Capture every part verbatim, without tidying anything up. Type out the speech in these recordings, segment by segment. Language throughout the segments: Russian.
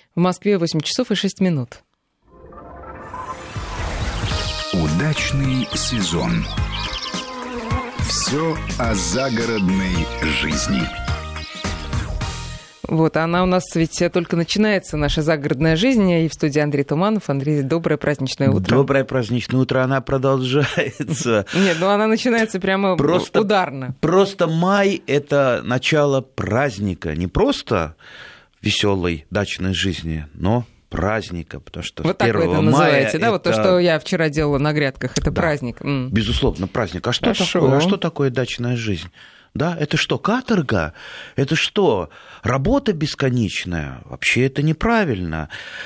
В Москве восемь часов и шесть минут. Удачный сезон. Все о загородной жизни. Вот, она у нас ведь только начинается, наша загородная жизнь. И в студии Андрей Туманов. Андрей, доброе праздничное утро. Доброе праздничное утро, она продолжается. Нет, ну она начинается прямо просто, ударно. Просто май – это начало праздника. Не просто веселой дачной жизни, но праздника, потому что вот так вы это называете, да? это... Вот то, что я вчера делала на грядках, это да, праздник. Безусловно, праздник. А что такое? А что такое дачная жизнь? Да, это что, каторга? Это что, работа бесконечная? Вообще это неправильно.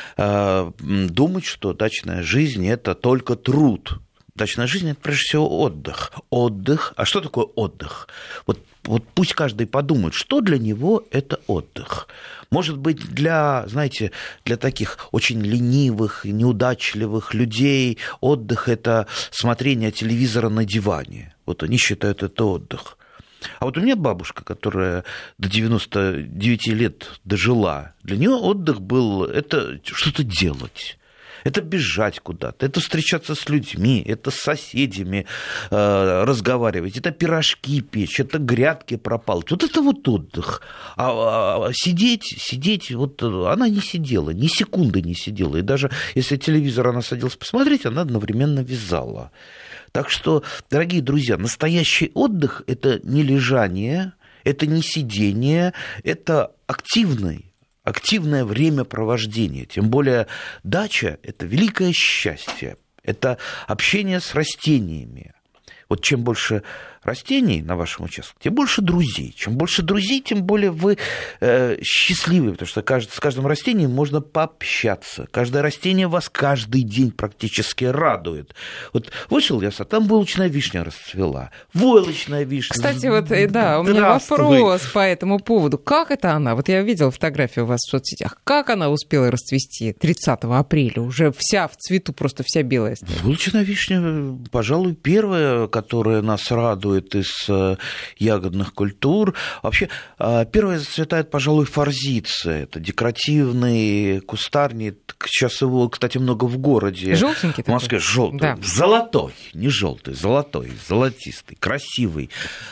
Думать, что дачная жизнь – это только труд. Дачная жизнь – это прежде всего отдых. Отдых. А что такое отдых? Вот, вот пусть каждый подумает, что для него это отдых. Может быть, для, знаете, для таких очень ленивых, неудачливых людей отдых – это смотрение телевизора на диване. Вот они считают это отдых. А вот у меня бабушка, которая до девяноста девяти лет дожила, для нее отдых был это что-то делать. Это бежать куда-то, это встречаться с людьми, это с соседями э, разговаривать, это пирожки печь, это грядки пропалывать. Вот это вот отдых. А, а сидеть, сидеть, вот она не сидела, ни секунды не сидела. И даже если телевизор она садилась посмотреть, она одновременно вязала. Так что, дорогие друзья, настоящий отдых – это не лежание, это не сидение, это активный. Активное времяпровождение. Тем более дача – это великое счастье, это общение с растениями. Вот чем больше растений на вашем участке, тем больше друзей. Чем больше друзей, тем более вы э, счастливы, потому что кажд... с каждым растением можно пообщаться. Каждое растение вас каждый день практически радует. Вот вышел я, а там войлочная вишня расцвела. Войлочная вишня. Кстати, вот, да, у меня вопрос по этому поводу. Как это она? Вот я видела фотографию у вас в соцсетях. Как она успела расцвести тридцатого апреля? Уже вся в цвету, просто вся белая. Войлочная вишня, пожалуй, первая, которая нас радует из ягодных культур. Вообще, первая зацветает, пожалуй, форзиция. Это декоративный кустарник. Сейчас его, кстати, много в городе. Желтенький в Москве. Желтый. Да. Золотой. Не желтый, золотой. Золотистый, красивый,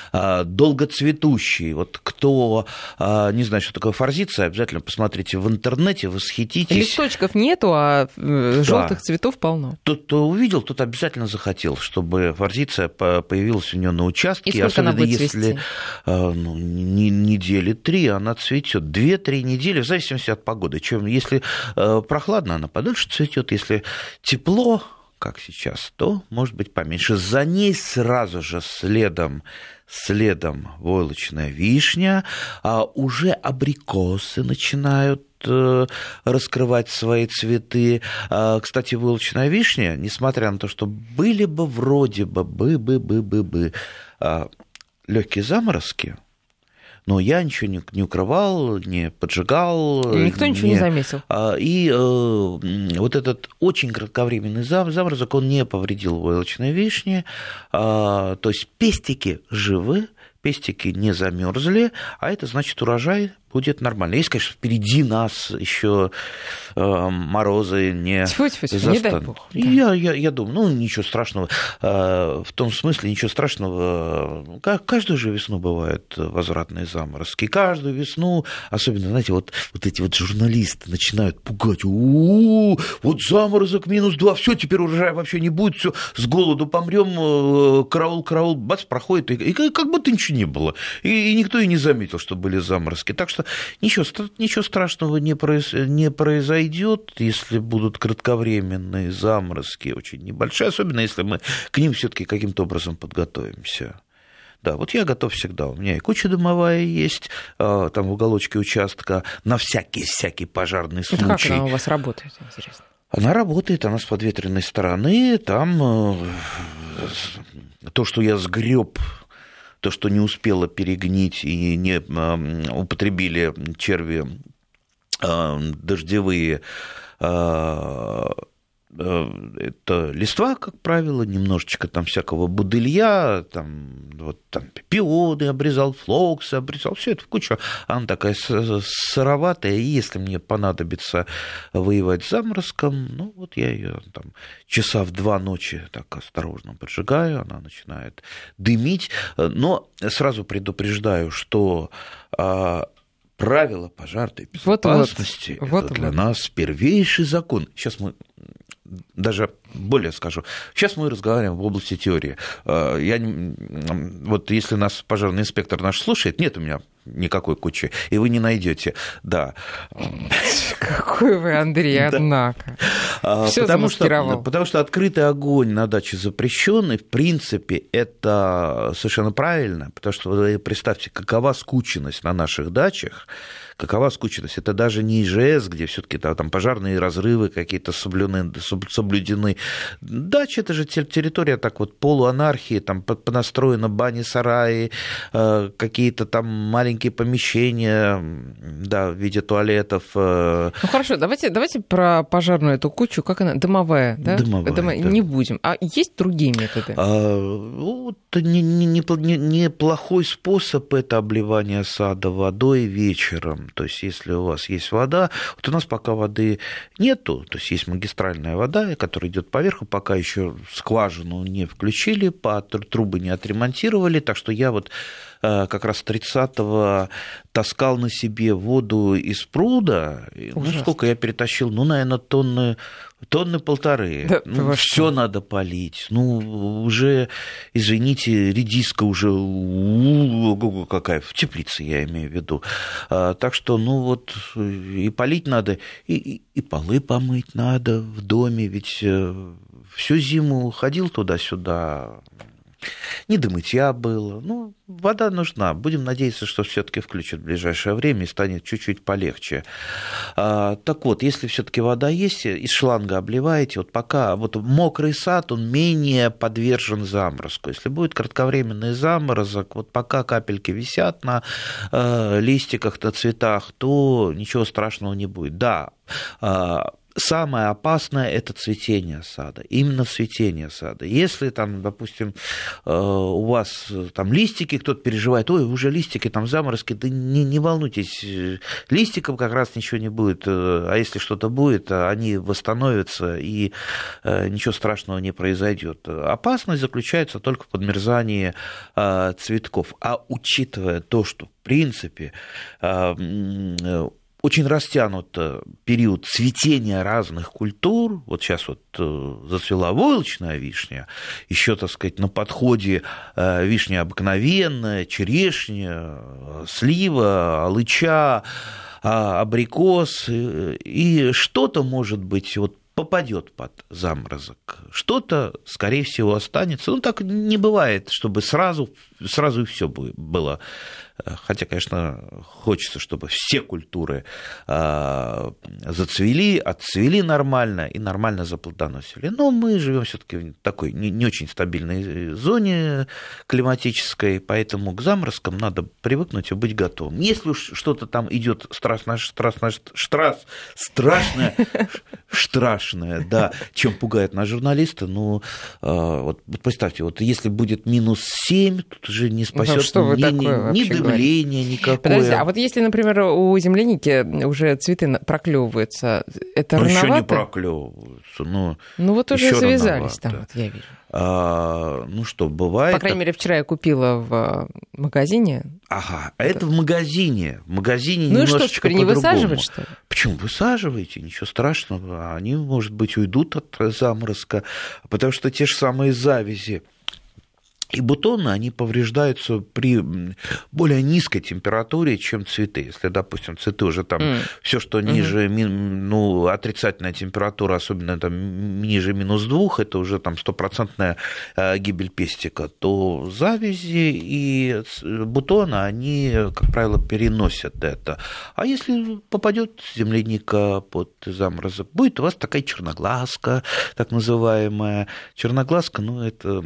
долгоцветущий. Вот кто не знает, что такое форзиция, обязательно посмотрите в интернете, восхититесь. Листочков нету, а желтых да. цветов полно. Тот, кто увидел, тот обязательно захотел, чтобы форзиция появилась у него на участке. И сколько она будет если цвести? Ну, недели три она цветет. Две-три недели, в зависимости от погоды. Чем, если прохладно, она подольше цветет. Если тепло, как сейчас, то может быть поменьше. За ней сразу же следом, следом войлочная вишня, а уже абрикосы начинают раскрывать свои цветы. Кстати, войлочная вишня, несмотря на то, что были бы вроде бы, бы, бы, бы, бы, бы легкие заморозки, но я ничего не, не укрывал, не поджигал. Никто ничего не, не заметил. И э, вот этот очень кратковременный заморозок, он не повредил войлочной вишни. Э, то есть пестики живы, пестики не замерзли, а это значит, урожай будет нормально. Есть, конечно, впереди нас еще э, морозы не застанут. Не дай бог. Да. Я, я, я думаю, ну, ничего страшного. Э, в том смысле, ничего страшного. Как, каждую же весну бывают возвратные заморозки. Каждую весну, особенно, знаете, вот, вот эти вот журналисты начинают пугать. У-у-у, вот заморозок минус два, все, теперь урожая вообще не будет, все, с голоду помрем, караул, караул, бац, проходит, и, и как будто ничего не было. И, и никто и не заметил, что были заморозки. Так что Ничего, ничего страшного не, произ, не произойдет, если будут кратковременные заморозки, очень небольшие, особенно если мы к ним все-таки каким-то образом подготовимся. Да, вот я готов всегда. У меня и куча дымовая есть, там в уголочке участка, на всякий-всякий пожарный случай. Как она у вас работает, интересно? Она работает, она с подветренной стороны, там то, что я сгреб, то, что не успело перегнить и не употребили черви дождевые, это листва, как правило, немножечко там всякого будылья, там, вот, там пионы обрезал, флоксы обрезал, все это в кучу. Она такая сыроватая, и если мне понадобится воевать с заморозком, ну, вот я ее там часа в два ночи так осторожно поджигаю, она начинает дымить. Но сразу предупреждаю, что правила пожарной безопасности вот, вот, это вот, для вот. нас первейший закон. Сейчас мы даже более скажу. Сейчас мы разговариваем в области теории. Я, вот если нас пожарный инспектор наш слушает, нет у меня никакой кучи, и вы не найдете. Да. Какой вы, Андрей, однако. Всё потому, что, потому что открытый огонь на даче запрещенный, в принципе, это совершенно правильно, потому что вы представьте, какова скученность на наших дачах, какова скученность. Это даже не ИЖС, где все-таки там пожарные разрывы какие-то соблюдены, соблюдены. Дача – это же территория так вот полуанархии, там понастроены бани, сараи, какие-то там маленькие помещения, да, в виде туалетов. Ну хорошо, давайте, давайте про пожарную эту кучу, как она, дымовая, да? Дымовая, Дымовая. Да. Не будем. А есть другие методы? А, вот, неплохой не, не способ – это обливание сада водой вечером. То есть, если у вас есть вода, вот у нас пока воды нету, то есть есть магистральная вода, которая идет поверху, пока еще скважину не включили, трубы не отремонтировали, так что я вот как раз тридцатого таскал на себе воду из пруда. Ужасно. Ну, сколько я перетащил? Ну, наверное, тонны, тонны полторы. Да, ну, все надо полить. Ну, уже, извините, редиска уже какая, в теплице я имею в виду. А, так что, ну, вот, и полить надо, и, и, и полы помыть надо в доме, ведь всю зиму ходил туда-сюда. Не до мытья было. Ну, вода нужна. Будем надеяться, что все-таки включат в ближайшее время и станет чуть-чуть полегче. А, так вот, если все-таки вода есть, из шланга обливаете, вот пока вот мокрый сад, он менее подвержен заморозку. Если будет кратковременный заморозок, вот пока капельки висят на э, листиках, на цветах, то ничего страшного не будет. Да, э, самое опасное – это цветение сада, именно цветение сада. Если там, допустим, у вас там листики, кто-то переживает, ой, уже листики, там заморозки, да не, не волнуйтесь, листикам как раз ничего не будет, а если что-то будет, они восстановятся, и ничего страшного не произойдет. Опасность заключается только в подмерзании цветков. А учитывая то, что, в принципе, очень растянут период цветения разных культур. Вот сейчас вот зацвела войлочная вишня, еще, так сказать, на подходе вишня обыкновенная, черешня, слива, алыча, абрикос. И что-то, может быть, вот попадет под заморозок, что-то, скорее всего, останется. Ну, так не бывает, чтобы сразу, сразу и все было. Хотя, конечно, хочется, чтобы все культуры зацвели, отцвели нормально и нормально заплодоносили. Но мы живем все-таки в такой не очень стабильной зоне климатической, поэтому к заморозкам надо привыкнуть и быть готовым. Если уж что-то там идет страшное, страшное, страшное, страшное, страшное, да, чем пугает нас журналисты, ну, вот представьте, вот если будет минус семь, тут уже не спасет ну, ни, ни, ни дымление никакое. Подожди, а вот если, например, у земляники уже цветы проклевываются, это ну, рановато? Еще не проклевываются. Ну, ну вот уже завязались там, вот я вижу. А, ну что, бывает... По крайней мере, вчера я купила в магазине. Ага, а это, это в магазине. В магазине ну немножечко и что, теперь не высаживать, что ли? Почему? Высаживаете, ничего страшного. Они, может быть, уйдут от заморозка, потому что те же самые завязи и бутоны, они повреждаются при более низкой температуре, чем цветы. Если, допустим, цветы уже там mm. все, что ниже, mm-hmm. ну, отрицательная температура, особенно там ниже минус двух, это уже там стопроцентная гибель пестика, то завязи и бутоны, они, как правило, переносят это. А если попадет земляника под заморозок, будет у вас такая черноглазка, так называемая. Черноглазка, ну, это...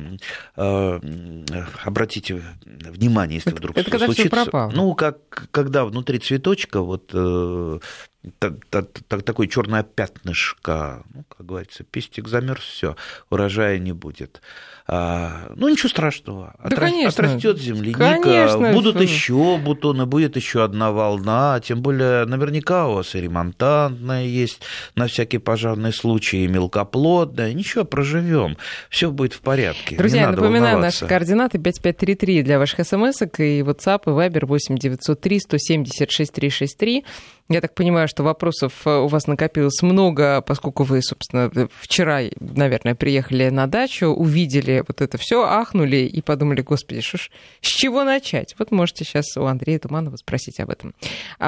обратите внимание, если это, вдруг это когда случится. Всё пропало. Ну, как когда внутри цветочка вот такое черное пятнышко, ну, как говорится, пестик замерз, все, урожая не будет. А, ну, ничего страшного. Да, Отра... Отрастет земляника, конечно. Будут еще бутоны, будет еще одна волна. Тем более, наверняка у вас и ремонтантная есть на всякий пожарный случай, и мелкоплодная. Ничего, проживем. Все будет в порядке. Друзья, напоминаю, наши координаты пять пять три три для ваших смс-ок и WhatsApp, и Viber восемь девятьсот три сто семьдесят шесть триста шестьдесят три. Я так понимаю, что вопросов у вас накопилось много, поскольку вы, собственно, вчера, наверное, приехали на дачу, увидели вот это все, ахнули и подумали, господи, что ж, с чего начать? Вот можете сейчас у Андрея Туманова спросить об этом.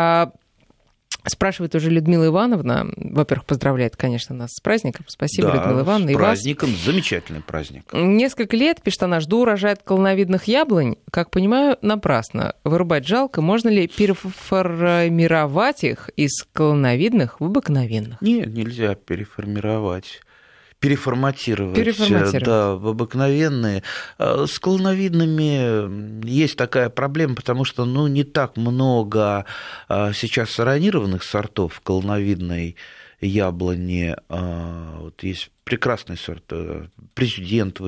Спрашивает уже Людмила Ивановна. Во-первых, поздравляет, конечно, нас с праздником. Спасибо, да, Людмила Ивановна. с праздником, и вас. Замечательный праздник. Несколько лет, пишет она, жду урожая от колоновидных яблонь. Как понимаю, напрасно. Вырубать жалко. Можно ли переформировать их из колоновидных в обыкновенных? Нет, нельзя переформировать. Переформатировать, Переформатировать. Да, в обыкновенные. С колоновидными есть такая проблема, потому что ну, не так много сейчас саронированных сортов колоновидной яблони. Вот есть прекрасный сорт Президент,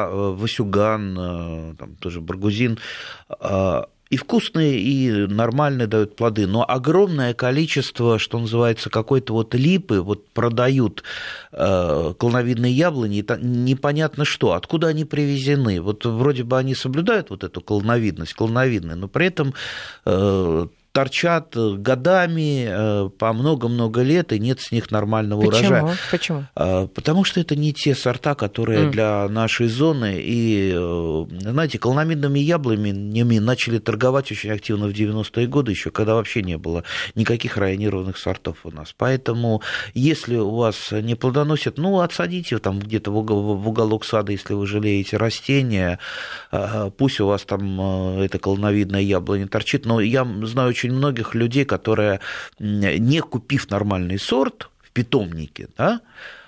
Васюган, там тоже Баргузин. И вкусные, и нормальные дают плоды, но огромное количество, что называется, какой-то вот липы, вот продают э, колоновидные яблони, непонятно что, откуда они привезены. Вот вроде бы они соблюдают вот эту колоновидность, колоновидные, но при этом э, торчат годами по много-много лет, и нет с них нормального Почему? урожая. Почему? Потому что это не те сорта, которые mm. для нашей зоны. И, знаете, колоновидными яблонями начали торговать очень активно в девяностые годы, еще когда вообще не было никаких районированных сортов у нас. Поэтому, если у вас не плодоносит, ну, отсадите там где-то в уголок сада, если вы жалеете растения, пусть у вас там эта колоновидная яблоня торчит. Но я знаю очень многих людей, которые, не купив нормальный сорт в питомнике, да,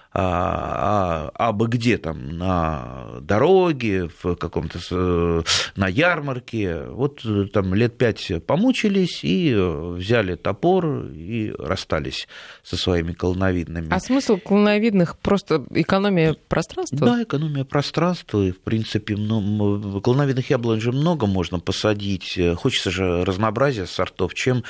а, а, а бы где там на дороге, в каком-то, на ярмарке, вот там лет пять помучились и взяли топор и расстались со своими колоновидными. А смысл колоновидных просто экономия пространства? Да, экономия пространства, и в принципе ну, колоновидных яблонь же много можно посадить, хочется же разнообразия сортов, чем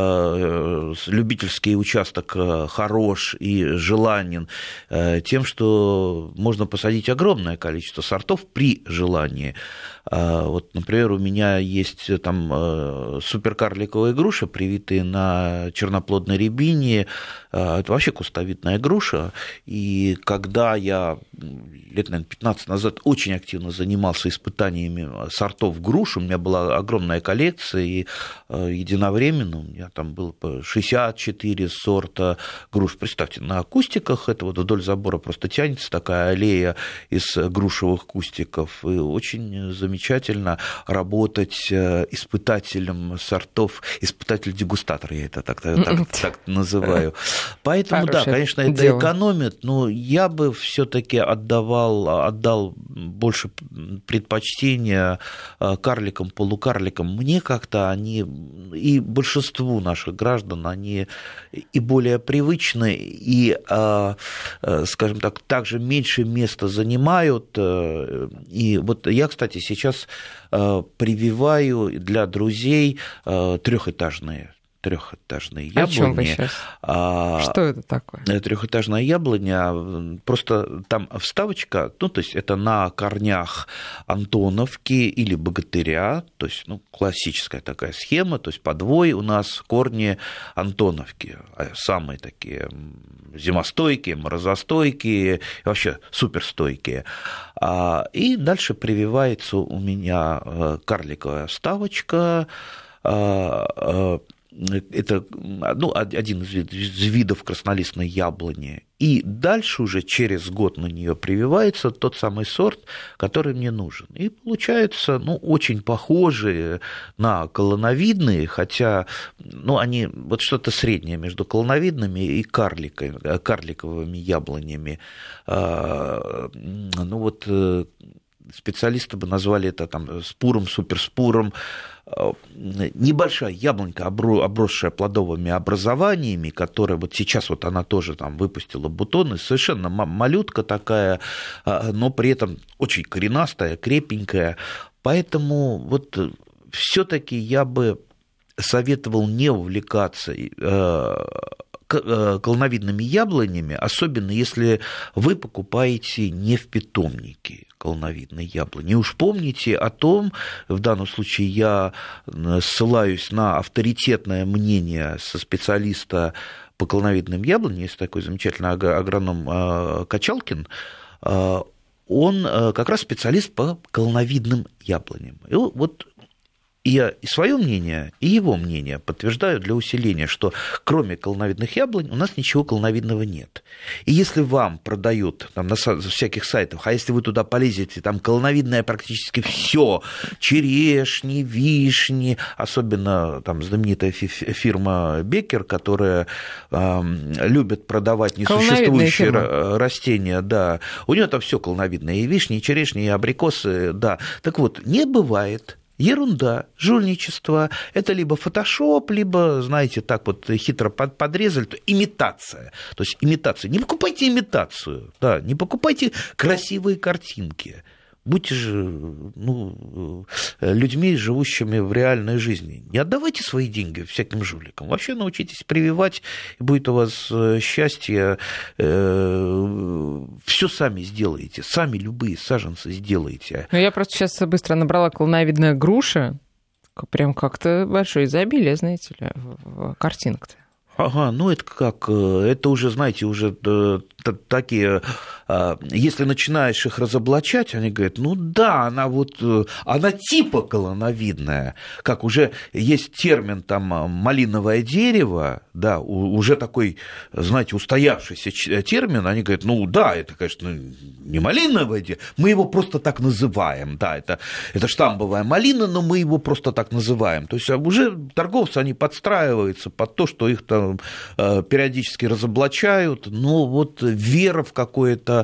э, любительский участок хорош и желанен, тем, что можно посадить огромное количество сортов при желании. Вот, например, у меня есть там суперкарликовые груши, привитые на черноплодной рябине. Это вообще кустовидная груша. И когда я лет, наверное, пятнадцать назад очень активно занимался испытаниями сортов груш, у меня была огромная коллекция, и единовременно у меня там было шестьдесят четыре сорта груш. Представьте, на кустиках это вот вдоль забора просто тянется такая аллея из грушевых кустиков. И очень замечательно работать испытателем сортов, испытатель-дегустатор, я это так, так, так называю. Поэтому, Хорошее да, конечно, это дело. Экономит, но я бы все-таки отдавал, отдал больше предпочтения карликам, полукарликам. Мне как-то они, и большинству наших граждан, они и более привычны, и, скажем так, также меньше места занимают. И вот я, кстати, сейчас прививаю для друзей трехэтажные. Трехэтажные яблони. О чем вы сейчас? А, Что это такое? Трехэтажная яблоня, просто там вставочка, ну, то есть это на корнях Антоновки или Богатыря, то есть, ну, классическая такая схема, то есть подвой у нас корни Антоновки, самые такие зимостойкие, морозостойкие, вообще суперстойкие. И дальше прививается у меня карликовая вставочка. Это ну, один из видов краснолистной яблони. И дальше уже через год на нее прививается тот самый сорт, который мне нужен. И получаются ну, очень похожие на колоновидные, хотя ну, они вот что-то среднее между колоновидными и карликовыми яблонями. Ну вот специалисты бы назвали это там спуром, суперспуром. Небольшая яблонька, обросшая плодовыми образованиями, которая вот сейчас вот она тоже там выпустила бутоны, совершенно малютка такая, но при этом очень коренастая, крепенькая. Поэтому вот все-таки я бы советовал не увлекаться колоновидными яблонями, особенно если вы покупаете не в питомнике колоновидные яблони. И уж помните о том, в данном случае я ссылаюсь на авторитетное мнение со специалиста по колоновидным яблоням, есть такой замечательный агроном Качалкин, он как раз специалист по колоновидным яблоням. И вот я и свое мнение, и его мнение подтверждаю для усиления, что кроме колоновидных яблонь у нас ничего колоновидного нет. И если вам продают там, на всяких сайтах, а если вы туда полезете, там колоновидное практически все, черешни, вишни, особенно там знаменитая фирма Беккер, которая э, любит продавать несуществующие растения, да, у нее там все колоновидное, и вишни, и черешни, и абрикосы, да. Так вот, не бывает. Ерунда, жульничество, это либо фотошоп, либо, знаете, так вот хитро подрезали, то имитация. То есть имитация. Не покупайте имитацию, да, не покупайте красивые картинки. Будьте же ну, людьми, живущими в реальной жизни. Не отдавайте свои деньги всяким жуликам. Вообще научитесь прививать, и будет у вас счастье. Все сами сделаете, сами любые саженцы сделаете. Ну, я просто сейчас быстро набрала колоновидная груша. Прям как-то большое изобилие, знаете ли, картинок-то. Ага, ну это как, это уже, знаете, уже такие, если начинаешь их разоблачать, они говорят, ну да, она вот, она типа колоновидная, как уже есть термин там малиновое дерево, да, уже такой, знаете, устоявшийся термин, они говорят, ну да, это, конечно, не малиновое дерево, мы его просто так называем, да, это, это штамбовая малина, но мы его просто так называем, то есть уже торговцы, они подстраиваются под то, что их там периодически разоблачают, но вот вера в какое-то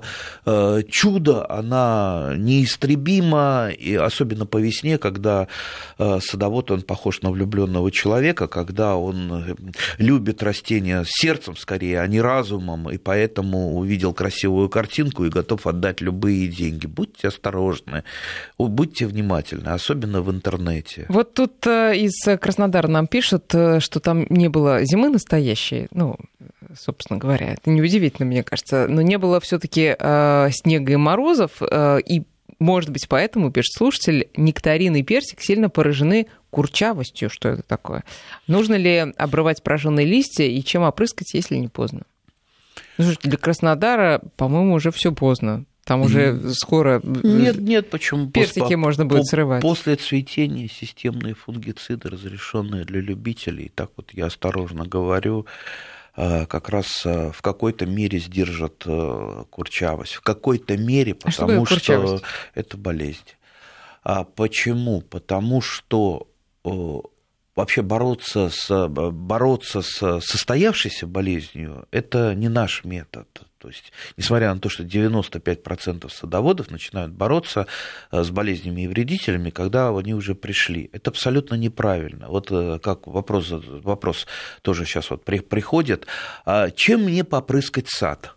чудо, она неистребима, и особенно по весне, когда садовод, он похож на влюбленного человека, когда он любит растения сердцем скорее, а не разумом, и поэтому увидел красивую картинку и готов отдать любые деньги. Будьте осторожны, будьте внимательны, особенно в интернете. Вот тут из Краснодара нам пишут, что там не было зимы настоящей, ну, собственно говоря, это неудивительно, мне кажется, но не было все-таки э, снега и морозов, э, и, может быть, поэтому, пишет слушатель, нектарин и персик сильно поражены курчавостью. Что это такое? Нужно ли обрывать пораженные листья и чем опрыскать, если не поздно? Ну, для Краснодара, по-моему, уже все поздно. Там уже скоро нет, нет, почему? Персики после, можно будет срывать. После цветения системные фунгициды, разрешенные для любителей, так вот я осторожно говорю, как раз в какой-то мере сдержат курчавость. В какой-то мере, потому а что, что это болезнь. А почему? Потому что вообще бороться с, бороться с состоявшейся болезнью – это не наш метод. То есть, несмотря на то, что девяносто пять процентов садоводов начинают бороться с болезнями и вредителями, когда они уже пришли. Это абсолютно неправильно. Вот как вопрос, вопрос тоже сейчас вот приходит. Чем мне попрыскать сад?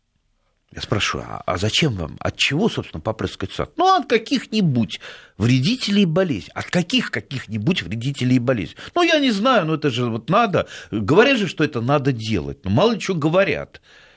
Я спрашиваю, а зачем вам? От чего, собственно, попрыскать сад? Ну, от каких-нибудь вредителей и болезней. От каких каких-нибудь вредителей и болезней? Ну, я не знаю, но это же вот надо. Говорят же, что это надо делать. Ну, мало ли что говорят.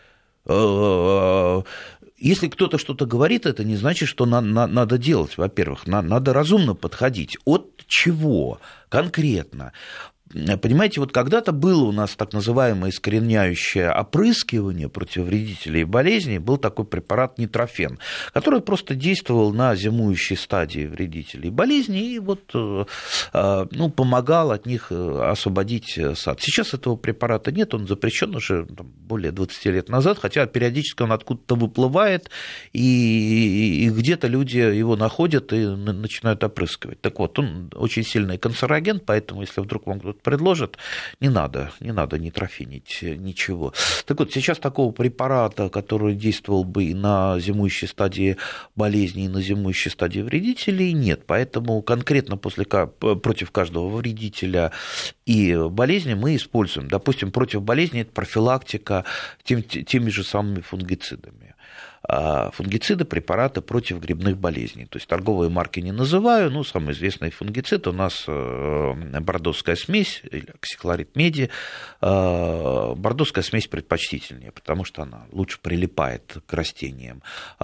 Если кто-то что-то говорит, это не значит, что на, на, надо делать. Во-первых, на, надо разумно подходить. От чего конкретно? Понимаете, вот когда-то было у нас так называемое искореняющее опрыскивание против вредителей и болезней, был такой препарат нитрофен, который просто действовал на зимующей стадии вредителей и болезней и вот, ну, помогал от них освободить сад. Сейчас этого препарата нет, он запрещен уже там, более двадцати лет назад, хотя периодически он откуда-то выплывает, и, и где-то люди его находят и начинают опрыскивать. Так вот, он очень сильный канцероген, поэтому если вдруг вам кто-то предложат, не надо, не надо не трофинить ничего. Так вот, сейчас такого препарата, который действовал бы и на зимующей стадии болезни, и на зимующей стадии вредителей, нет. Поэтому конкретно после, против каждого вредителя и болезни мы используем. Допустим, против болезни это профилактика тем, теми же самыми фунгицидами. Фунгициды, препараты против грибных болезней. То есть торговые марки не называю, но самый известный фунгицид у нас бордоская смесь, или оксихлорид меди. Бордоская смесь предпочтительнее, потому что она лучше прилипает к растениям.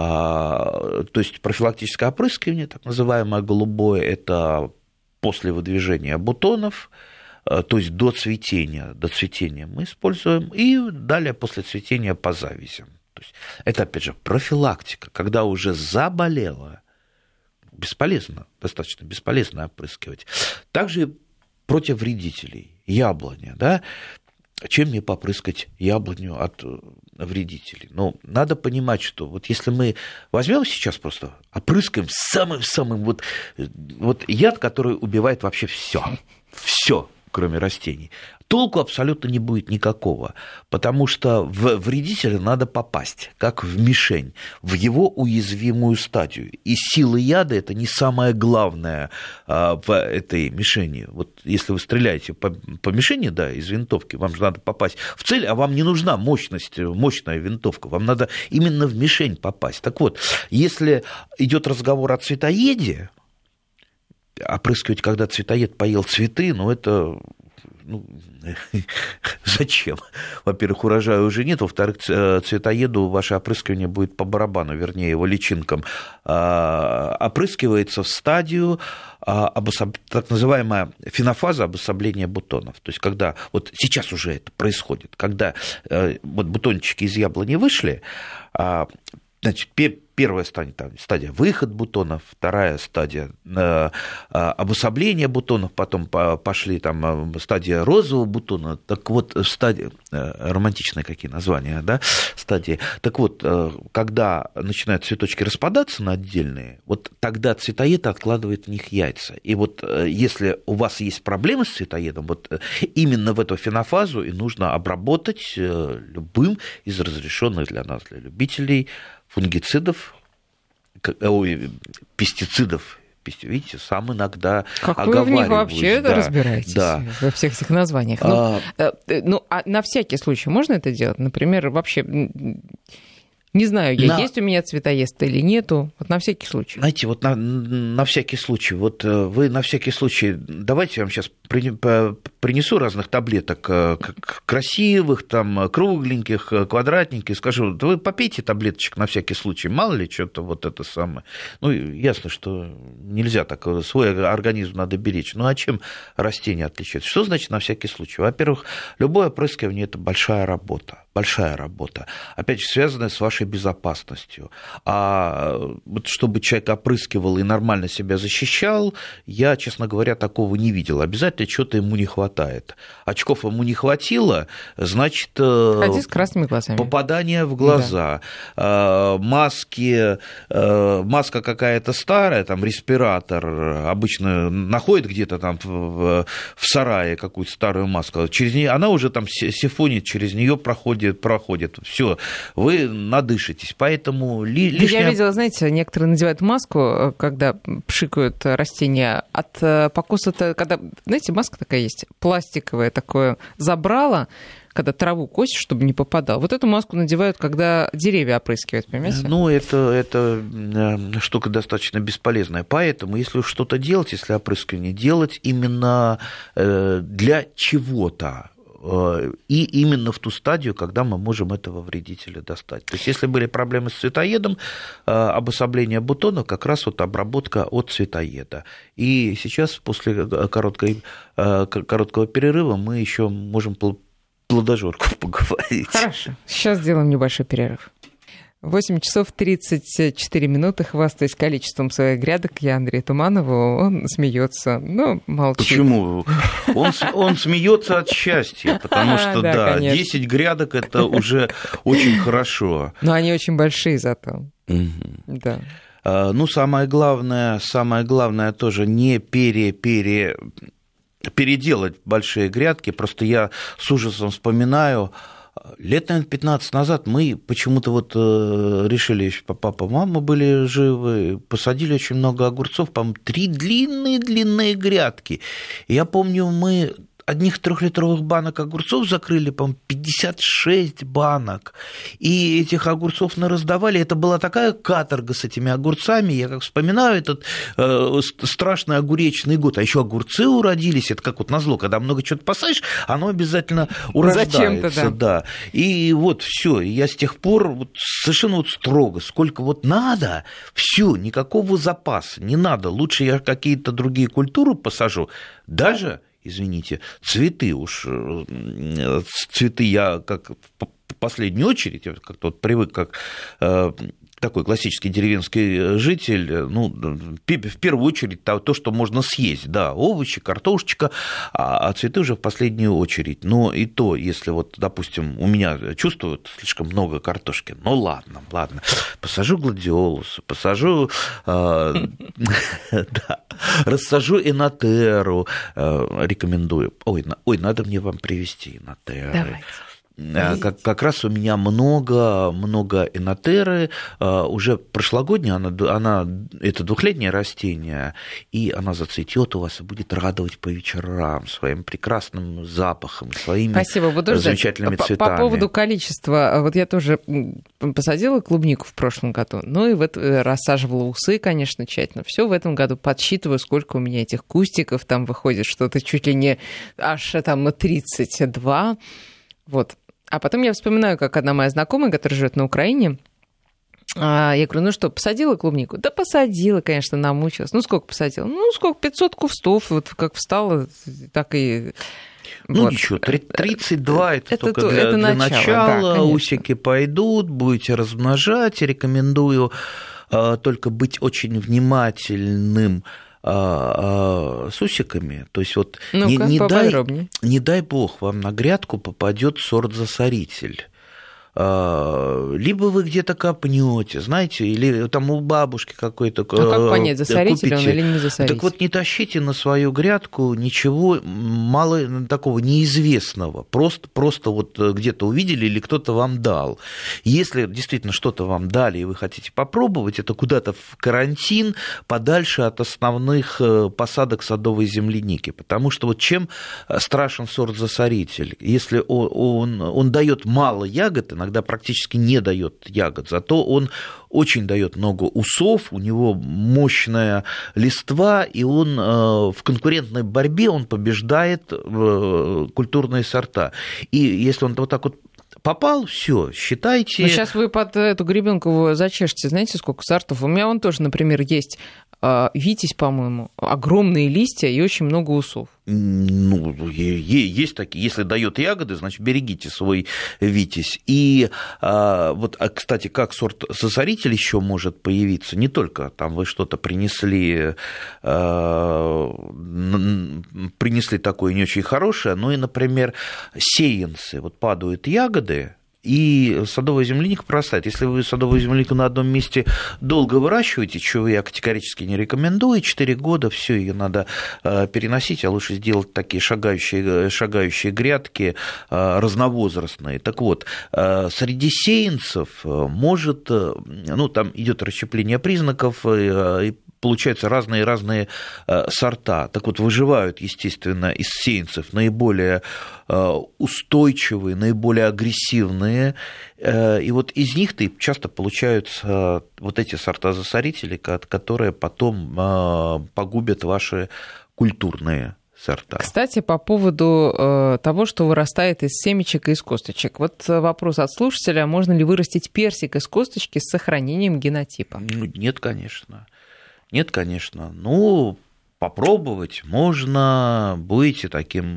То есть профилактическое опрыскивание, так называемое голубое, это после выдвижения бутонов, то есть до цветения, до цветения мы используем, и далее после цветения по завязям. То есть это, опять же, профилактика, когда уже заболело, бесполезно, достаточно бесполезно опрыскивать. Также против вредителей, яблоня, да, чем мне попрыскать яблоню от вредителей? Ну, надо понимать, что вот если мы возьмем сейчас просто, опрыскаем самым-самым вот, вот яд, который убивает вообще все, все, кроме растений, толку абсолютно не будет никакого, потому что в вредителя надо попасть, как в мишень, в его уязвимую стадию. И сила яда – это не самое главное в этой мишени. Вот если вы стреляете по, по мишени, да, из винтовки, вам же надо попасть в цель, а вам не нужна мощность, мощная винтовка, вам надо именно в мишень попасть. Так вот, если идет разговор о цветоеде, опрыскивать, когда цветоед поел цветы, ну, это... Ну, зачем? Во-первых, урожая уже нет, во-вторых, цветоеду ваше опрыскивание будет по барабану, вернее, его личинкам. Опрыскивается в стадию обособ... так называемая фенофаза обособления бутонов. То есть, когда вот сейчас уже это происходит, когда вот бутончики из яблони вышли, значит, первая стадия, там, стадия выход бутонов, вторая стадия э, обособления бутонов, потом пошли там стадия розового бутона, так вот, стадия, э, романтичные какие названия, да, стадии, так вот, э, когда начинают цветочки распадаться на отдельные, вот тогда цветоед откладывает в них яйца, и вот э, если у вас есть проблемы с цветоедом, вот э, именно в эту фенофазу и нужно обработать э, любым из разрешенных для нас, для любителей, фунгицидов, ой, пестицидов. Видите, сам иногда как оговариваюсь. Как вы в них вообще да, разбираетесь, да. во всех этих названиях? А... Ну, ну, а на всякий случай можно это делать? Например, вообще... Не знаю, я, на... есть у меня цветоест или нету, вот на всякий случай. Знаете, вот на, на всякий случай, вот вы на всякий случай, давайте я вам сейчас принесу разных таблеток, красивых, там, кругленьких, квадратненьких, скажу, да вы попейте таблеточек на всякий случай, мало ли что-то вот это самое. Ну, ясно, что нельзя так, свой организм надо беречь. Ну, а чем растения отличаются? Что значит на всякий случай? Во-первых, любое опрыскивание – это большая работа. Большая работа, опять же, связанная с вашей безопасностью. А вот чтобы человек опрыскивал и нормально себя защищал, я, честно говоря, такого не видел. Обязательно что-то ему не хватает. Очков ему не хватило, значит, ходи с красными глазами. Попадание в глаза, да. Маски, маска какая-то старая, там респиратор, обычно находит где-то там в, в сарае какую-то старую маску, через нее, она уже там сифонит, через нее проходит проходит, все, вы надышитесь, поэтому ли, лишняя... Я видела, знаете, некоторые надевают маску, когда пшикают растения от покоса-то, когда, знаете, маска такая есть, пластиковая, такое забрало, когда траву косишь, чтобы не попадал. Вот эту маску надевают, когда деревья опрыскивают, понимаете? Ну, это, это штука достаточно бесполезная. Поэтому, если уж что-то делать, если опрыскивание делать именно для чего-то, и именно в ту стадию, когда мы можем этого вредителя достать. То есть, если были проблемы с цветоедом, обособление бутонов как раз вот обработка от цветоеда. И сейчас, после короткой, короткого перерыва, мы еще можем плодожорку поговорить. Хорошо, сейчас сделаем небольшой перерыв. восемь часов тридцать четыре минуты, хвастаясь количеством своих грядок, я Андрея Туманова, он смеется, но молчит. Почему? Он, он смеется от счастья, потому что, да, да десять грядок – это уже очень хорошо. Но они очень большие зато. Угу. Да. Ну, самое главное, самое главное тоже не пере-пере... переделать большие грядки. Просто я с ужасом вспоминаю, лет, наверное, пятнадцать назад мы почему-то вот решили, еще папа, мама были живы, посадили очень много огурцов, по-моему, три длинные-длинные грядки. И я помню, мы одних трехлитровых банок огурцов закрыли, по-моему, пятьдесят шесть банок. И этих огурцов нараздавали. Это была такая каторга с этими огурцами. Я как вспоминаю этот э, страшный огуречный год. А еще огурцы уродились. Это как вот назло, когда много чего-то посадишь, оно обязательно урождается. Зачем-то, да. да. И вот все. Я с тех пор вот совершенно вот строго, сколько вот надо, все, никакого запаса не надо. Лучше я какие-то другие культуры посажу. Даже... Извините, цветы уж, цветы я как в последнюю очередь, я как-то вот привык как такой классический деревенский житель, ну, в первую очередь то, что можно съесть, да, овощи, картошечка, а цветы уже в последнюю очередь. Но и то, если вот, допустим, у меня чувствуют слишком много картошки, ну ладно, ладно, посажу гладиолус, посажу, рассажу энотеру, рекомендую. Ой, ой, надо мне вам привезти энотеры. Давайте. Как, как раз у меня много, много энотеры, уже прошлогодняя, она, она, это двухлетнее растение, и она зацветет у вас и будет радовать по вечерам своим прекрасным запахом, своими Спасибо, замечательными по, цветами. По поводу количества, вот я тоже посадила клубнику в прошлом году, ну и вот рассаживала усы, конечно, тщательно. Все в этом году подсчитываю, сколько у меня этих кустиков, там выходит что-то чуть ли не аж там тридцать два, вот. А потом я вспоминаю, как одна моя знакомая, которая живет на Украине, я говорю, ну что, посадила клубнику? Да посадила, конечно, намучилась. Ну сколько посадила? Ну сколько, пятьсот кустов, вот как встала, так и... Ну вот. Ничего, тридцать два это, это только то, для, это для начало, начала, да, усики пойдут, будете размножать, рекомендую а, только быть очень внимательным с усиками, то есть вот не, не, дай, не дай бог вам на грядку попадет сорт-засоритель. Либо вы где-то копнете, знаете, или там у бабушки какой-то купите. А как понять, засоритель он или не засоритель? Так вот не тащите на свою грядку ничего мало такого неизвестного, просто, просто вот где-то увидели или кто-то вам дал. Если действительно что-то вам дали и вы хотите попробовать, это куда-то в карантин, подальше от основных посадок садовой земляники, потому что вот чем страшен сорт-засоритель? Если он, он, он дает мало ягод, иногда практически не дает ягод, зато он очень дает много усов, у него мощная листва, и он в конкурентной борьбе он побеждает культурные сорта. И если он вот так вот попал, все, считайте. Но сейчас вы под эту гребенку зачешете, знаете, сколько сортов? У меня он тоже, например, есть витязь, по-моему, огромные листья и очень много усов. Ну, есть такие. Если дает ягоды, значит, берегите свой витязь. И вот, кстати, как сорт-засоритель еще может появиться, не только там вы что-то принесли, принесли такое не очень хорошее, но и, например, сеянцы. Вот падают ягоды, и садовая земляника прорастает. Если вы садовую землянику на одном месте долго выращиваете, чего я категорически не рекомендую, четыре года все ее надо переносить, а лучше сделать такие шагающие, шагающие грядки разновозрастные. Так вот, среди сеянцев может, ну, там идет расщепление признаков, и получаются разные-разные сорта. Так вот, выживают, естественно, из сеянцев наиболее устойчивые, наиболее агрессивные, и вот из них-то и часто получаются вот эти сорта-засорители, которые потом погубят ваши культурные сорта. Кстати, по поводу того, что вырастает из семечек и из косточек. Вот вопрос от слушателя, можно ли вырастить персик из косточки с сохранением генотипа? Нет, конечно. Нет, конечно. Ну, попробовать можно, будете таким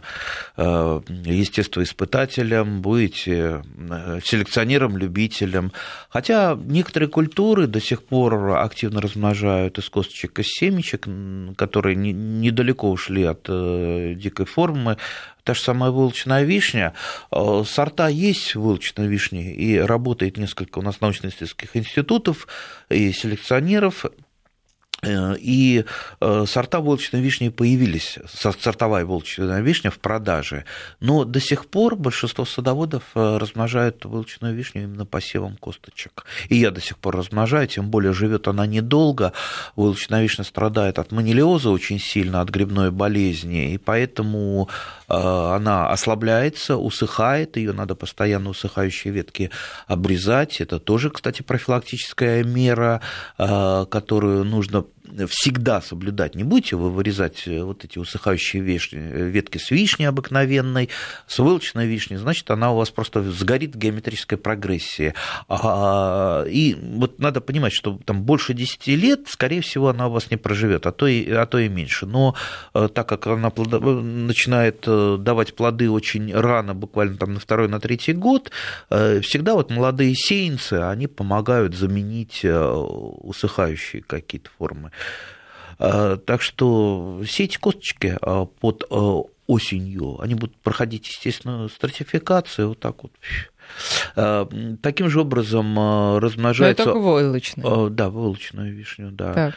естествоиспытателем, будете селекционером-любителем. Хотя некоторые культуры до сих пор активно размножают из косточек, из семечек, которые недалеко ушли от дикой формы. Та же самая вылочная вишня. Сорта есть вылочной вишни, и работает несколько у нас научно-исследовательских институтов и селекционеров, И сорта войлочной вишни появились, сортовая войлочная вишня в продаже, но до сих пор большинство садоводов размножают войлочную вишню именно посевом косточек. И я до сих пор размножаю, тем более живет она недолго. Войлочная вишня страдает от манилиоза очень сильно, от грибной болезни, и поэтому она ослабляется, усыхает, ее надо постоянно усыхающие ветки обрезать. Это тоже, кстати, профилактическая мера, которую нужно всегда соблюдать. Не будете вы вырезать вот эти усыхающие вишни, ветки с вишни обыкновенной, с войлочной вишней, значит, она у вас просто сгорит в геометрической прогрессии. И вот надо понимать, что там больше десяти лет, скорее всего, она у вас не проживет, а то и, а то и меньше. Но так как она начинает давать плоды очень рано, буквально там на второй, на третий год, всегда вот молодые сеянцы, они помогают заменить усыхающие какие-то формы. Так что все эти косточки под осенью, они будут проходить, естественно, стратификацию, вот так вот. Таким же образом размножается... Но это войлочная. Да, войлочную вишню, да. Так.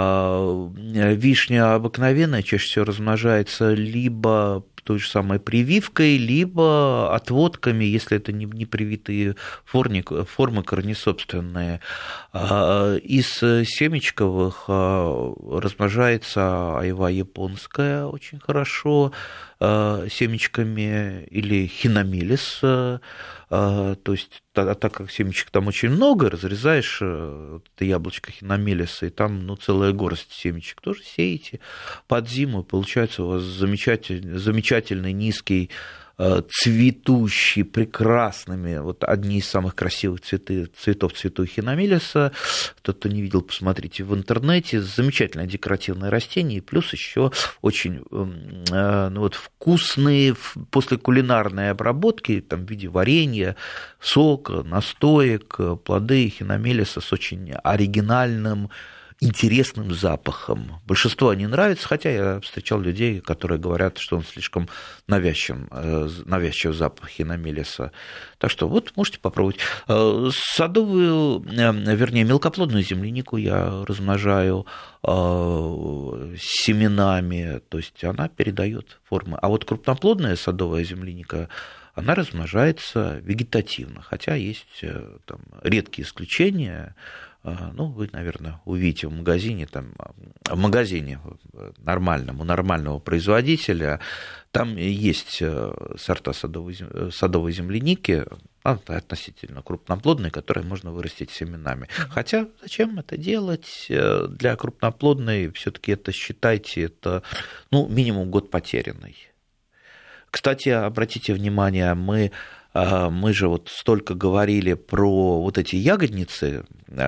Вишня обыкновенная чаще всего размножается либо той же самой прививкой, либо отводками, если это не привитые формы, формы корнесобственные. Из семечковых размножается айва японская очень хорошо семечками, или хиномелис, то есть так как семечек там очень много, разрезаешь это яблочко хиномелиса, и там ну, целая горсть семечек, тоже сеете под зиму, получается у вас замечательный, замечательный низкий, цветущий, прекрасными, вот одни из самых красивых цветы, цветов цвету хиномелиса. Тот, кто не видел, посмотрите в интернете. Замечательное декоративное растение, и плюс еще очень ну, вот, вкусные после кулинарной обработки, там, в виде варенья, сока, настоек, плоды хиномелиса с очень оригинальным, интересным запахом. Большинству они нравятся, хотя я встречал людей, которые говорят, что он слишком навязчив, навязчив запах хиномелиса. Так что вот можете попробовать. Садовую, вернее, мелкоплодную землянику я размножаю семенами, то есть она передает формы. А вот крупноплодная садовая земляника, она размножается вегетативно, хотя есть там редкие исключения. Ну, вы, наверное, увидите в магазине, там, в магазине нормальном, у нормального производителя, там есть сорта садовой, садовой земляники, относительно крупноплодные, которые можно вырастить семенами. Хотя зачем это делать? Для крупноплодной все-таки это, считайте, это ну, минимум год потерянный. Кстати, обратите внимание, мы... Мы же вот столько говорили про вот эти ягодницы,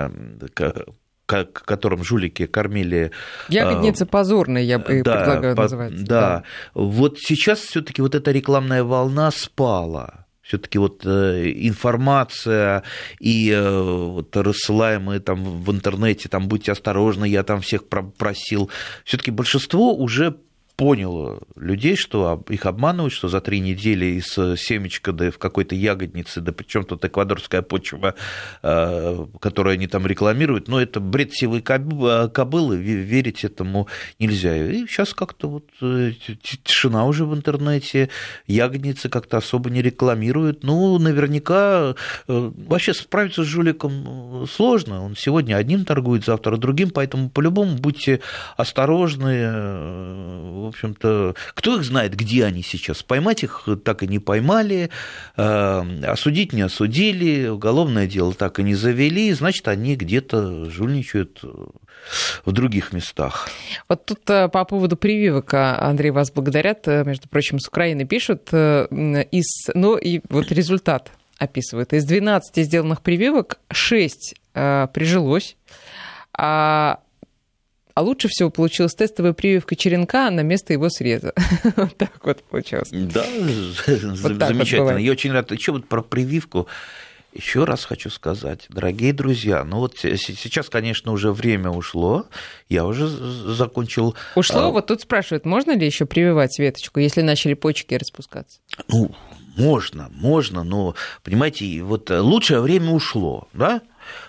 которым жулики кормили. Ягодницы позорные, я бы да, предлагаю по, называть. Да. да, вот сейчас все-таки вот эта рекламная волна спала. Все-таки вот информация и вот рассылаемые там в интернете, там будьте осторожны, я там всех просил. Все-таки большинство уже поняло людей, что их обманывают, что за три недели из семечка да в какой-то ягоднице, да причем тут эквадорская почва, которую они там рекламируют, но это бред сивой кобылы, верить этому нельзя. И сейчас как-то вот тишина уже в интернете, ягодницы как-то особо не рекламируют. Ну, наверняка вообще справиться с жуликом сложно. Он сегодня одним торгует, завтра другим, поэтому по-любому будьте осторожны. В общем-то, кто их знает, где они сейчас? Поймать их так и не поймали, осудить не осудили, уголовное дело так и не завели, значит, они где-то жульничают в других местах. Вот тут по поводу прививок, Андрей, вас благодарят, между прочим, с Украины пишут, из, ну и вот результат описывают. Из двенадцати сделанных прививок шесть прижилось, а А лучше всего получилась тестовая прививка черенка на место его среза. Вот так вот получилось. Да, вот замечательно. Вот я очень рад. Еще вот про прививку еще раз хочу сказать, дорогие друзья, ну вот сейчас, конечно, уже время ушло, я уже закончил... Ушло? А... Вот тут спрашивают, можно ли еще прививать веточку, если начали почки распускаться? Ну, можно, можно, но, понимаете, вот лучшее время ушло, да?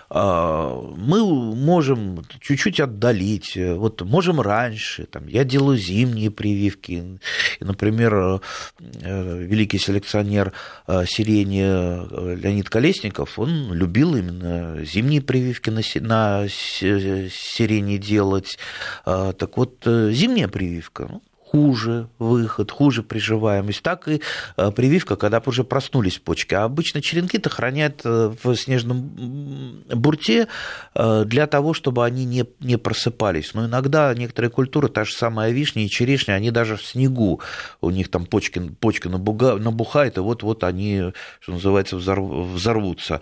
Мы можем чуть-чуть отдалить, вот можем раньше, там, я делаю зимние прививки, например, великий селекционер сирени Леонид Колесников, он любил именно зимние прививки на сирени делать, так вот, зимняя прививка, ну, хуже выход, хуже приживаемость, так и прививка, когда уже проснулись почки. А обычно черенки-то хранят в снежном бурте для того, чтобы они не, не просыпались. Но иногда некоторые культуры, та же самая вишня и черешня, они даже в снегу, у них там почки, почка набухает, и вот-вот они, что называется, взорвутся.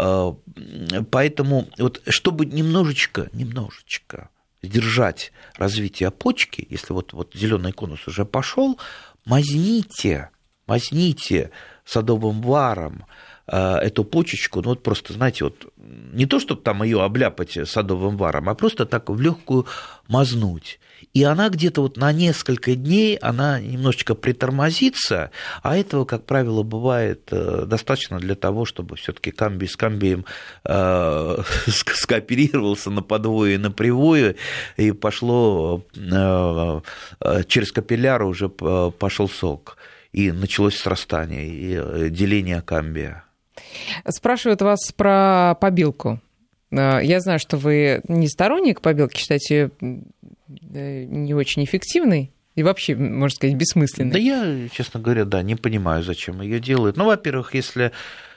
Поэтому, вот, чтобы немножечко, немножечко сдержать развитие почки, если вот, вот зеленый конус уже пошел, мазните, мазните садовым варом э, эту почечку, ну вот просто, знаете, вот не то, чтобы там ее обляпать садовым варом, а просто так в легкую мазнуть. И она где-то вот на несколько дней, она немножечко притормозится, а этого, как правило, бывает достаточно для того, чтобы все-таки камбий с камбием э, скооперировался на подвое и на привое, и пошло э, через капилляры уже пошел сок, и началось срастание и деление камбия. Спрашивают вас про побелку. Я знаю, что вы не сторонник побелки, считаете не очень эффективной и вообще, можно сказать, бессмысленной. Да я, честно говоря, да, не понимаю, зачем ее делают. Ну, во-первых, если...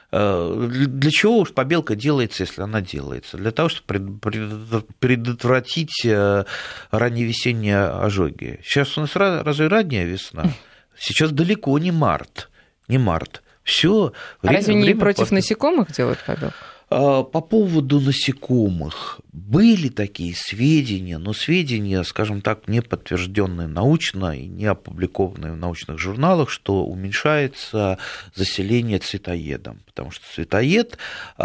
Для чего уж побелка делается, если она делается? Для того, чтобы предотвратить ранневесенние ожоги. Сейчас у нас разве ранняя весна? Сейчас далеко не март. Не март. Все. А разве не против после... насекомых делают побелку? По поводу насекомых были такие сведения, но сведения, скажем так, не подтвержденные научно и не опубликованные в научных журналах, что уменьшается заселение цветоедом. Потому что цветоед,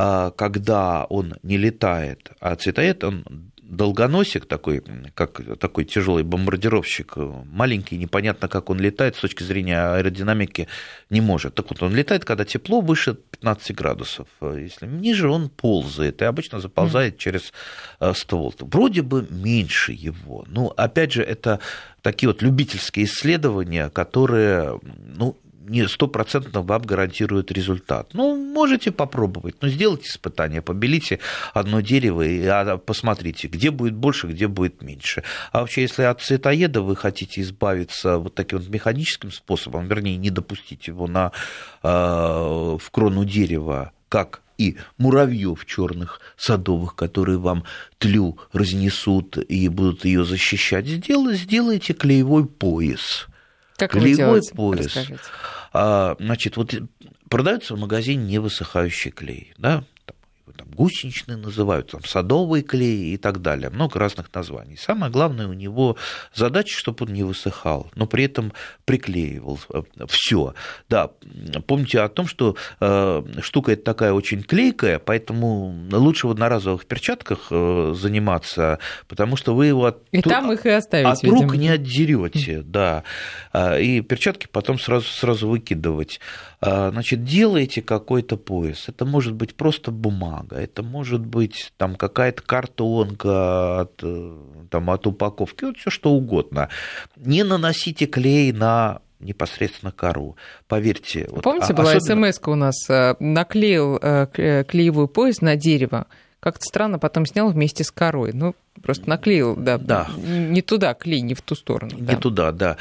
когда он не летает, а цветоед, он долгоносик такой, как такой тяжелый бомбардировщик, маленький, непонятно, как он летает, с точки зрения аэродинамики не может. Так вот, он летает, когда тепло выше пятнадцати градусов. Если ниже, он ползает и обычно заползает mm. через ствол. Вроде бы меньше его. Но, опять же, это такие вот любительские исследования, которые, ну, не стопроцентно вам гарантирует результат. Ну, можете попробовать, но сделайте испытание, побелите одно дерево и посмотрите, где будет больше, где будет меньше. А вообще, если от цветоеда вы хотите избавиться вот таким вот механическим способом, вернее, не допустить его на, э, в крону дерева, как и муравьев черных садовых, которые вам тлю разнесут и будут ее защищать, сделайте клеевой пояс. Как вы делаете? Пояс. Расскажите. А, значит, вот продается в магазине невысыхающий клей, да, там, там гусеничный называют, там садовый клей и так далее, много разных названий. Самое главное у него задача, чтобы он не высыхал, но при этом приклеивал все. Да, помните о том, что э, штука эта такая очень клейкая, поэтому лучше в одноразовых перчатках э, заниматься, потому что вы его от, и там их и оставите, от рук видимо. Не отдерете, да, и перчатки потом сразу, сразу выкидывать. Значит, делаете какой-то пояс, это может быть просто бумага, это может быть там какая-то картонка от, там, от упаковки, вот все что угодно. Не наносите клей на непосредственно кору, поверьте. Помните, вот, была особенно... смс-ка у нас, наклеил клеевой пояс на дерево, как-то странно потом снял вместе с корой, ну, просто наклеил, да, да. не туда клей, не в ту сторону. Не да. туда, да.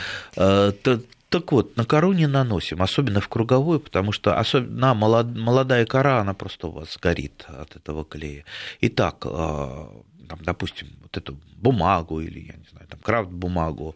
Так вот, на кору не наносим, особенно в круговую, потому что особенно молодая кора, она просто у вас горит от этого клея. Итак, там, допустим, вот эту бумагу или, я не знаю, там, крафт-бумагу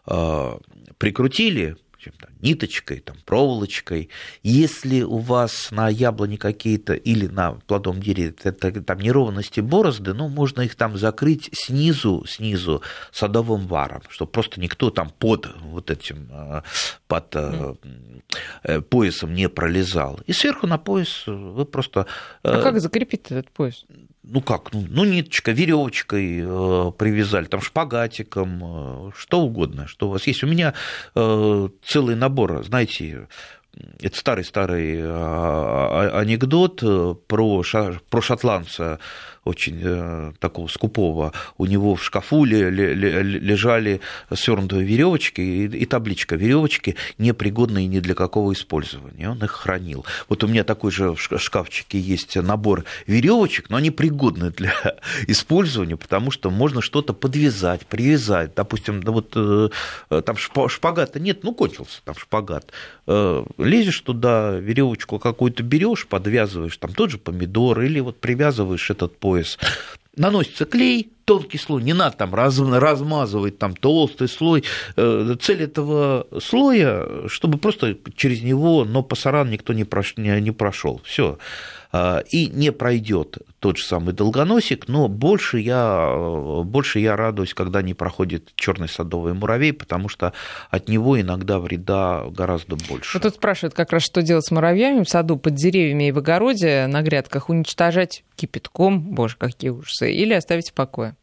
прикрутили чем-то, ниточкой, там, проволочкой. Если у вас на яблоне какие-то или на плодовом дереве это, там неровности, борозды, ну, можно их там закрыть снизу, снизу садовым варом, чтобы просто никто там под вот этим, под mm. поясом не пролезал. И сверху на пояс вы просто... А как закрепить этот пояс? Ну как, ну, ну ниточка, веревочкой э, привязали, там шпагатиком, э, что угодно, что у вас есть. У меня э, целый набор, знаете, это старый-старый анекдот про, про шотландца, очень такого скупого. У него в шкафу лежали свернутые веревочки и табличка: веревочки непригодные ни для какого использования. Он их хранил. Вот у меня такой же в шкафчике есть набор веревочек, но они пригодны для использования, потому что можно что-то подвязать, привязать. Допустим, вот там шпагата нет, ну кончился там шпагат. Лезешь туда, веревочку какую-то берешь, подвязываешь, там тот же помидор, или вот привязываешь этот пояс. Наносится клей, тонкий слой, не надо там раз, размазывать там толстый слой. Цель этого слоя, чтобы просто через него, но пасаран никто не, прош, не, не прошел. Все. И не пройдет тот же самый долгоносик, но больше я, больше я радуюсь, когда не проходит черный садовый муравей, потому что от него иногда вреда гораздо больше. Вот тут спрашивают как раз, что делать с муравьями в саду, под деревьями и в огороде, на грядках, уничтожать кипятком, боже, какие ужасы, или оставить в покое?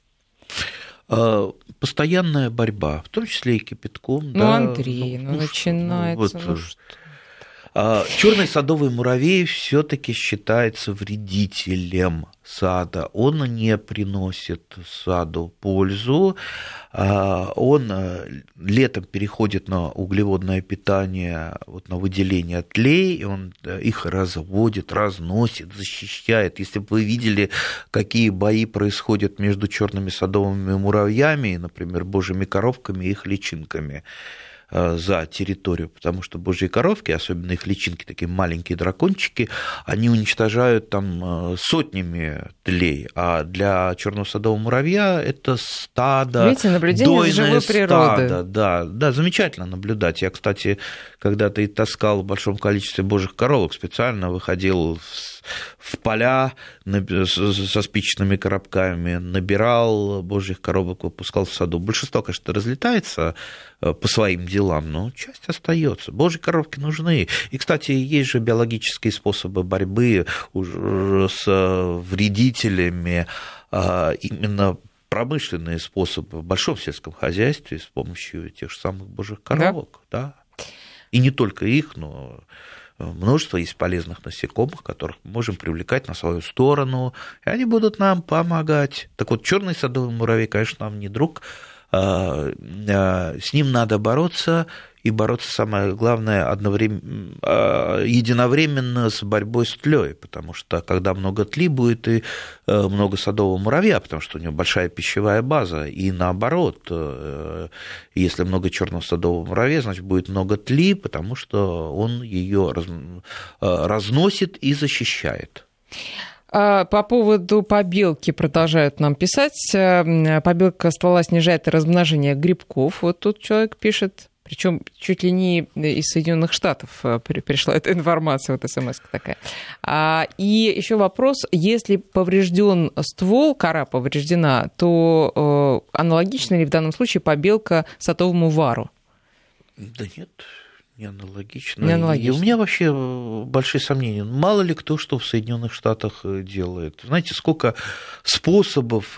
Постоянная борьба, в том числе и кипятком. Ну, да, Андрей, ну, ну начинается, вот, ну что... Черный садовый муравей все-таки считается вредителем сада. Он не приносит саду пользу. Он летом переходит на углеводное питание, вот на выделение тлей, он их разводит, разносит, защищает. Если бы вы видели, какие бои происходят между черными садовыми муравьями, например, божьими коровками и их личинками за территорию, потому что божьи коровки, особенно их личинки, такие маленькие дракончики, они уничтожают там сотнями тлей, а для черного садового муравья это стадо, видите, наблюдение за живой природой. Стадо, да, да, замечательно наблюдать. Я, кстати, когда-то и таскал в большом количестве божьих коровок, специально выходил в в поля со спичечными коробками, набирал божьих коровок, выпускал в саду. Большинство, конечно, разлетается по своим делам, но часть остается. Божьи коровки нужны. И, кстати, есть же биологические способы борьбы с вредителями, именно промышленные способы в большом сельском хозяйстве с помощью тех же самых божьих коровок. Да? Да. И не только их, но... Множество есть полезных насекомых, которых мы можем привлекать на свою сторону, и они будут нам помогать. Так вот, черный садовый муравей, конечно, нам не друг, с ним надо бороться, и бороться, самое главное, одновременно, единовременно с борьбой с тлей, потому что когда много тли, будет и много садового муравья, потому что у него большая пищевая база, и наоборот, если много черного садового муравья, значит, будет много тли, потому что он ее разносит и защищает. По поводу побелки продолжают нам писать. Побелка ствола снижает размножение грибков. Вот тут человек пишет. Причем чуть ли не из Соединенных Штатов пришла эта информация, вот смс-ка такая. И еще вопрос, если поврежден ствол, кора повреждена, то аналогична ли в данном случае побелка садовому вару? Да нет, не аналогично. Не аналогично. И у меня вообще большие сомнения. Мало ли кто что в Соединенных Штатах делает. Знаете, сколько способов...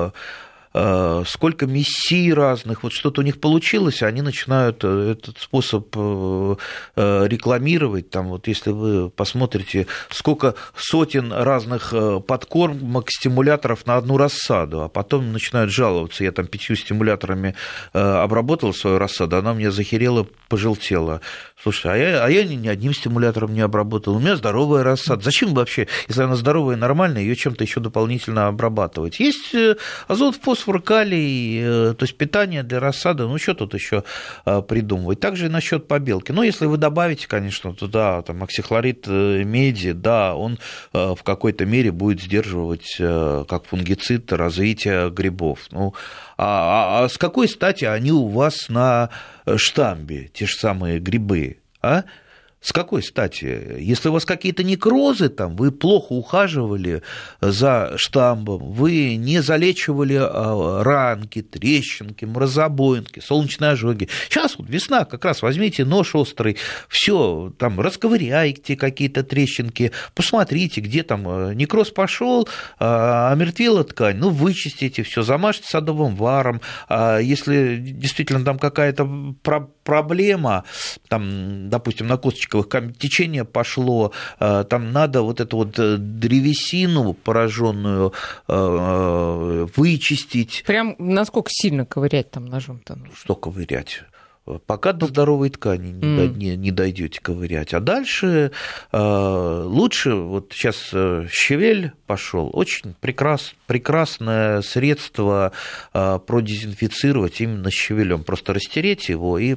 сколько миссий разных, вот что-то у них получилось, они начинают этот способ рекламировать. Там вот если вы посмотрите, сколько сотен разных подкормок, стимуляторов на одну рассаду, а потом начинают жаловаться. Я там пятью стимуляторами обработал свою рассаду, она у меня захерела, пожелтела. Слушай, а я, а я ни одним стимулятором не обработал. У меня здоровая рассада. Зачем вообще, если она здоровая и нормальная, ее чем-то еще дополнительно обрабатывать? Есть азот, фосфор, калий, то есть питание для рассады. Ну, что тут еще придумывать? Также и насчет побелки. Ну, если вы добавите, конечно, туда там, оксихлорид меди, да, он в какой-то мере будет сдерживать, как фунгицид, развитие грибов. Ну, а, а, а с какой стати они у вас на штамбе, те же самые грибы, а? С какой стати? Если у вас какие-то некрозы, там, вы плохо ухаживали за штамбом, вы не залечивали ранки, трещинки, морозобоинки, солнечные ожоги. Сейчас вот весна, как раз возьмите нож острый, все, там, расковыряйте какие-то трещинки, посмотрите, где там некроз пошел, омертвела ткань, ну, вычистите все, замажьте садовым варом. Если действительно там какая-то проблема, там, допустим, на косточках пластиковых, течение пошло, там надо вот эту вот древесину пораженную вычистить. Прям насколько сильно ковырять там ножом-то? Что ковырять? Пока до здоровой ткани mm. не, не дойдете ковырять. А дальше э, лучше, вот сейчас щавель пошел, очень прекрас, прекрасное средство э, продезинфицировать именно щавелем. Просто растереть его и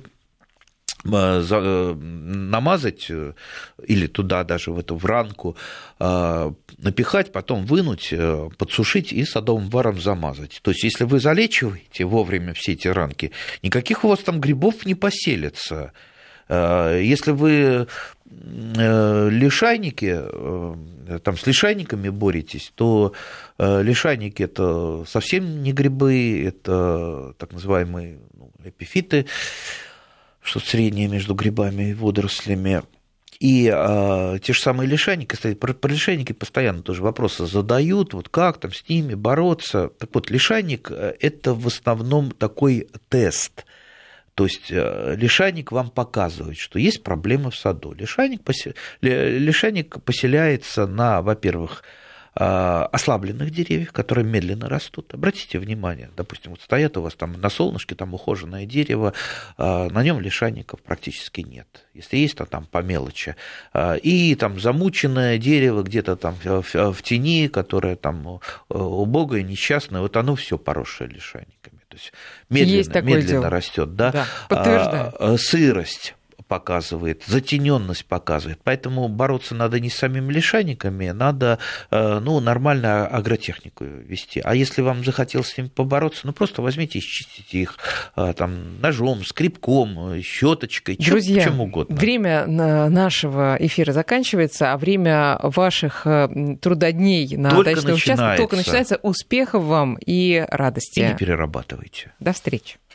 намазать или туда даже в эту вранку напихать, потом вынуть, подсушить и садовым варом замазать. То есть, если вы залечиваете вовремя все эти ранки, никаких у вас там грибов не поселится. Если вы лишайники, там с лишайниками боретесь, то лишайники – это совсем не грибы, это так называемые эпифиты, что-то среднее между грибами и водорослями. И а, те же самые лишайники, кстати, про, про лишайники постоянно тоже вопросы задают, вот как там с ними бороться. Так вот, лишайник – это в основном такой тест. То есть лишайник вам показывает, что есть проблема в саду. Лишайник, посел... лишайник поселяется на, во-первых, ослабленных деревьев, которые медленно растут. Обратите внимание, допустим, вот стоят у вас там на солнышке, там ухоженное дерево, на нем лишайников практически нет. Если есть, то там по мелочи. И там замученное дерево где-то там в тени, которое там убогое, несчастное, вот оно все поросшее лишайниками. То есть медленно, медленно растет, да? Да, подтверждаю. Сырость показывает, затененность показывает. Поэтому бороться надо не с самими лишайниками, надо ну, нормально агротехнику вести. А если вам захотелось с ними побороться, ну просто возьмите и счистите их там, ножом, скребком, щеточкой, чем, Друзья, чем угодно. Время нашего эфира заканчивается, а время ваших трудодней на только дачных участках только начинается. Успехов вам и радости. И не перерабатывайте. До встречи.